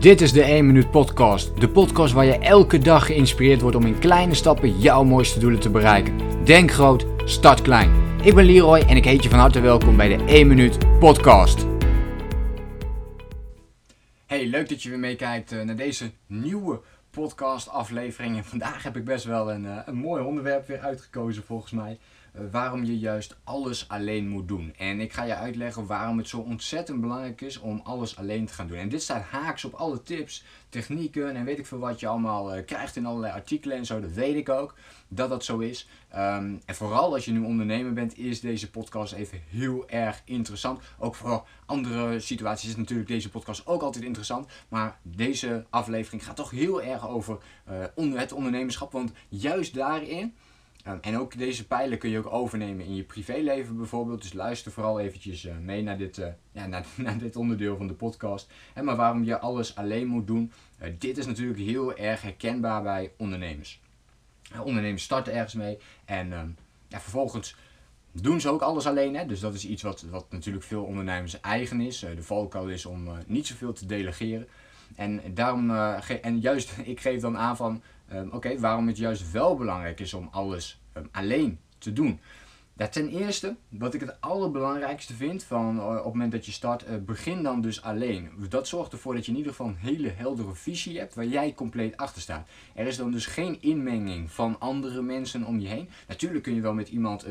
Dit is de 1 Minuut Podcast. De podcast waar je elke dag geïnspireerd wordt om in kleine stappen jouw mooiste doelen te bereiken. Denk groot, start klein. Ik ben Leroy en ik heet je van harte welkom bij de 1 Minuut Podcast. Hey, leuk dat je weer meekijkt naar deze nieuwe podcast aflevering. En vandaag heb ik best wel een mooi onderwerp weer uitgekozen volgens mij. Waarom je juist alles alleen moet doen. En ik ga je uitleggen waarom het zo ontzettend belangrijk is om alles alleen te gaan doen. En dit staat haaks op alle tips, technieken en weet ik veel wat je allemaal krijgt in allerlei artikelen en zo. Dat weet ik ook, dat dat zo is. En vooral als je nu ondernemer bent, is deze podcast even heel erg interessant. Ook voor andere situaties is natuurlijk deze podcast ook altijd interessant. Maar deze aflevering gaat toch heel erg over het ondernemerschap. Want juist daarin... en ook deze pijlen kun je ook overnemen in je privéleven bijvoorbeeld. Dus luister vooral eventjes mee naar dit onderdeel van de podcast. Maar waarom je alles alleen moet doen. Dit is natuurlijk heel erg herkenbaar bij ondernemers. Ondernemers starten ergens mee en vervolgens doen ze ook alles alleen. Hè? Dus dat is iets wat natuurlijk veel ondernemers eigen is. De valkuil is om niet zoveel te delegeren. En daarom, ik geef dan aan van, waarom het juist wel belangrijk is om alles alleen te doen. Ja, ten eerste, wat ik het allerbelangrijkste vind van op het moment dat je start, begin dan dus alleen. Dat zorgt ervoor dat je in ieder geval een hele heldere visie hebt waar jij compleet achter staat. Er is dan dus geen inmenging van andere mensen om je heen. Natuurlijk kun je wel met iemand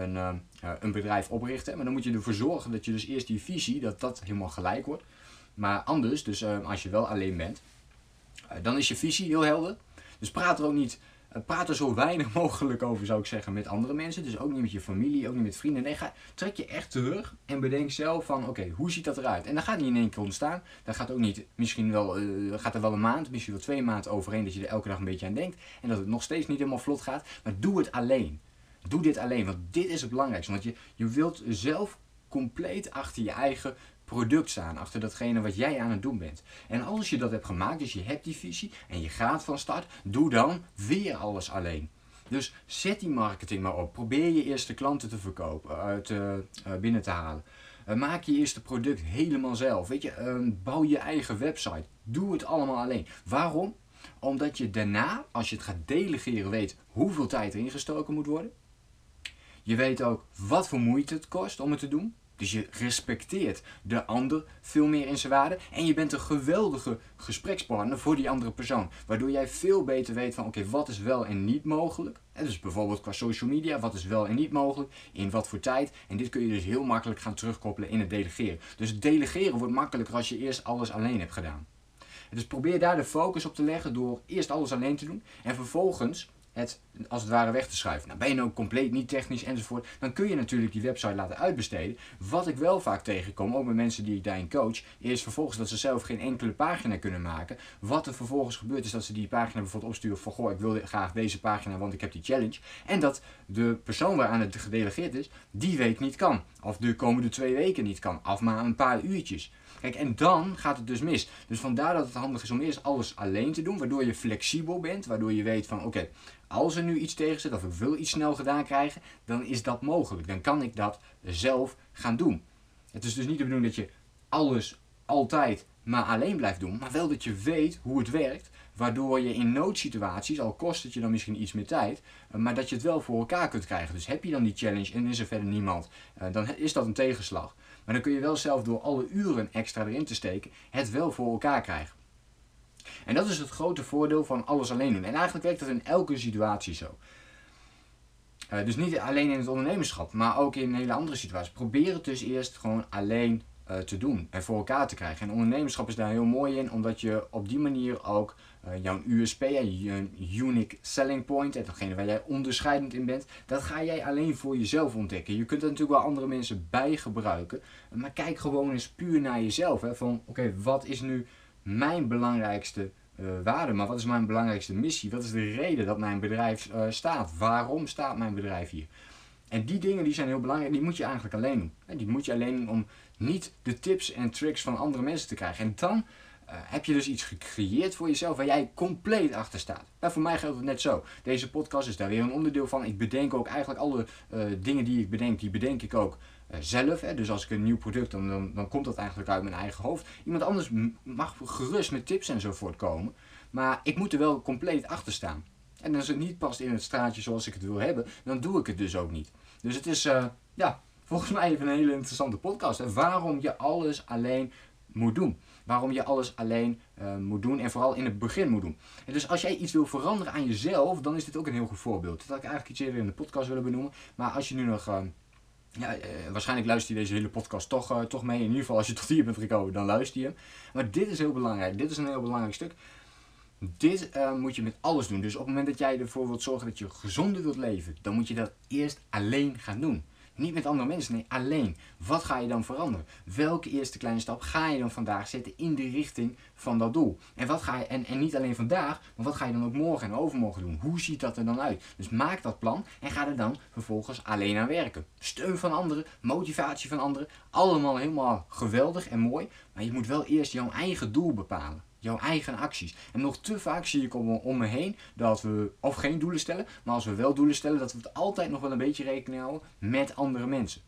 een bedrijf oprichten, maar dan moet je ervoor zorgen dat je dus eerst die visie, dat helemaal gelijk wordt. Maar anders, dus als je wel alleen bent, dan is je visie heel helder. Dus praat er zo weinig mogelijk over, zou ik zeggen, met andere mensen. Dus ook niet met je familie, ook niet met vrienden. Nee, trek je echt terug en bedenk zelf van, hoe ziet dat eruit? En dat gaat niet in één keer ontstaan. Dat gaat ook niet, gaat er wel een maand, misschien wel 2 maanden overheen dat je er elke dag een beetje aan denkt. En dat het nog steeds niet helemaal vlot gaat. Maar doe het alleen. Doe dit alleen, want dit is het belangrijkste. Want je wilt zelf compleet achter je eigen product staan, achter datgene wat jij aan het doen bent. En als je dat hebt gemaakt, dus je hebt die visie en je gaat van start, doe dan weer alles alleen. Dus zet die marketing maar op. Probeer je eerste klanten te verkopen, binnen te halen. Maak je eerste product helemaal zelf. Bouw je eigen website. Doe het allemaal alleen. Waarom? Omdat je daarna, als je het gaat delegeren, weet hoeveel tijd erin gestoken moet worden. Je weet ook wat voor moeite het kost om het te doen. Dus je respecteert de ander veel meer in zijn waarde. En je bent een geweldige gesprekspartner voor die andere persoon. Waardoor jij veel beter weet van wat is wel en niet mogelijk. Dus bijvoorbeeld qua social media, wat is wel en niet mogelijk. In wat voor tijd. En dit kun je dus heel makkelijk gaan terugkoppelen in het delegeren. Dus het delegeren wordt makkelijker als je eerst alles alleen hebt gedaan. Dus probeer daar de focus op te leggen door eerst alles alleen te doen. En vervolgens het als het ware weg te schuiven. Nou, ben je nou compleet niet technisch enzovoort, dan kun je natuurlijk die website laten uitbesteden. Wat ik wel vaak tegenkom, ook met mensen die ik daarin coach, is vervolgens dat ze zelf geen enkele pagina kunnen maken. Wat er vervolgens gebeurt is dat ze die pagina bijvoorbeeld opsturen van, ik wil graag deze pagina, want ik heb die challenge. En dat de persoon waaraan het gedelegeerd is, die week niet kan. Of de komende 2 weken niet kan. Of maar een paar uurtjes. Kijk, en dan gaat het dus mis. Dus vandaar dat het handig is om eerst alles alleen te doen, waardoor je flexibel bent, waardoor je weet van, als er nu iets tegen zit of ik wil iets snel gedaan krijgen, dan is dat mogelijk. Dan kan ik dat zelf gaan doen. Het is dus niet de bedoeling dat je alles altijd maar alleen blijft doen, maar wel dat je weet hoe het werkt, waardoor je in noodsituaties, al kost het je dan misschien iets meer tijd, maar dat je het wel voor elkaar kunt krijgen. Dus heb je dan die challenge en is er verder niemand, dan is dat een tegenslag. Maar dan kun je wel zelf door alle uren extra erin te steken, het wel voor elkaar krijgen. En dat is het grote voordeel van alles alleen doen. En eigenlijk werkt dat in elke situatie zo. Dus niet alleen in het ondernemerschap, maar ook in hele andere situaties. Probeer het dus eerst gewoon alleen te doen en voor elkaar te krijgen. En ondernemerschap is daar heel mooi in, omdat je op die manier ook jouw USP, je unique selling point, en datgene waar jij onderscheidend in bent, dat ga jij alleen voor jezelf ontdekken. Je kunt er natuurlijk wel andere mensen bij gebruiken, maar kijk gewoon eens puur naar jezelf. Hè, van wat is nu mijn belangrijkste waarde, maar wat is mijn belangrijkste missie? Wat is de reden dat mijn bedrijf staat? Waarom staat mijn bedrijf hier? En die dingen die zijn heel belangrijk, die moet je eigenlijk alleen doen. Die moet je alleen doen om niet de tips en tricks van andere mensen te krijgen. En dan heb je dus iets gecreëerd voor jezelf waar jij compleet achter staat. Nou, voor mij geldt het net zo. Deze podcast is daar weer een onderdeel van. Ik bedenk ook eigenlijk alle dingen die ik bedenk, die bedenk ik ook zelf. Hè. Dus als ik een nieuw product, dan komt dat eigenlijk uit mijn eigen hoofd. Iemand anders mag gerust met tips en zo voortkomen. Maar ik moet er wel compleet achter staan. En als het niet past in het straatje zoals ik het wil hebben, dan doe ik het dus ook niet. Dus het is, volgens mij even een hele interessante podcast. Hè. Waarom je alles alleen moet doen. Waarom je alles alleen moet doen en vooral in het begin moet doen. En dus als jij iets wil veranderen aan jezelf, dan is dit ook een heel goed voorbeeld. Dat had ik eigenlijk iets eerder in de podcast willen benoemen. Maar als je nu nog... waarschijnlijk luister je deze hele podcast toch mee. In ieder geval als je tot hier bent gekomen, dan luister je hem. Maar dit is heel belangrijk. Dit is een heel belangrijk stuk. Dit moet je met alles doen. Dus op het moment dat jij ervoor wilt zorgen dat je gezonder wilt leven, dan moet je dat eerst alleen gaan doen. Niet met andere mensen, nee, alleen. Wat ga je dan veranderen? Welke eerste kleine stap ga je dan vandaag zetten in de richting van dat doel? En, en niet alleen vandaag, maar wat ga je dan ook morgen en overmorgen doen? Hoe ziet dat er dan uit? Dus maak dat plan en ga er dan vervolgens alleen aan werken. Steun van anderen, motivatie van anderen, allemaal helemaal geweldig en mooi. Maar je moet wel eerst jouw eigen doel bepalen. Jouw eigen acties. En nog te vaak zie ik om me heen dat we of geen doelen stellen, maar als we wel doelen stellen, dat we het altijd nog wel een beetje rekening houden met andere mensen.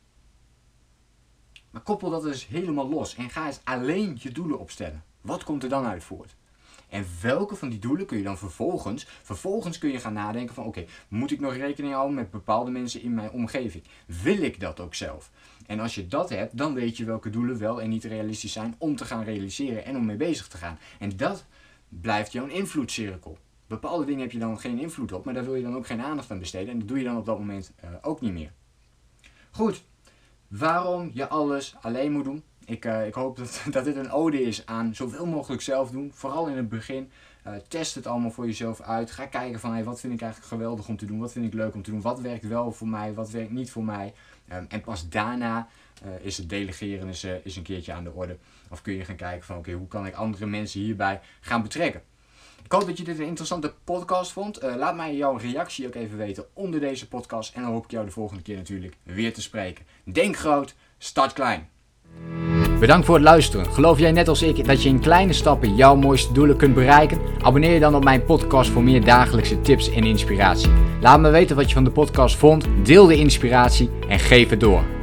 Maar koppel dat dus helemaal los en ga eens alleen je doelen opstellen. Wat komt er dan uit voort? En welke van die doelen kun je dan vervolgens kun je gaan nadenken van oké, moet ik nog rekening houden met bepaalde mensen in mijn omgeving? Wil ik dat ook zelf? En als je dat hebt, dan weet je welke doelen wel en niet realistisch zijn om te gaan realiseren en om mee bezig te gaan. En dat blijft jouw invloedcirkel. Bepaalde dingen heb je dan geen invloed op, maar daar wil je dan ook geen aandacht aan besteden. En dat doe je dan op dat moment ook niet meer. Goed, waarom je alles alleen moet doen? Ik hoop dat dit een ode is aan zoveel mogelijk zelf doen. Vooral in het begin. Test het allemaal voor jezelf uit. Ga kijken van wat vind ik eigenlijk geweldig om te doen. Wat vind ik leuk om te doen. Wat werkt wel voor mij. Wat werkt niet voor mij. En pas daarna is het delegeren is een keertje aan de orde. Of kun je gaan kijken van hoe kan ik andere mensen hierbij gaan betrekken. Ik hoop dat je dit een interessante podcast vond. Laat mij jouw reactie ook even weten onder deze podcast. En dan hoop ik jou de volgende keer natuurlijk weer te spreken. Denk groot, start klein. Bedankt voor het luisteren. Geloof jij net als ik dat je in kleine stappen jouw mooiste doelen kunt bereiken? Abonneer je dan op mijn podcast voor meer dagelijkse tips en inspiratie. Laat me weten wat je van de podcast vond, deel de inspiratie en geef het door.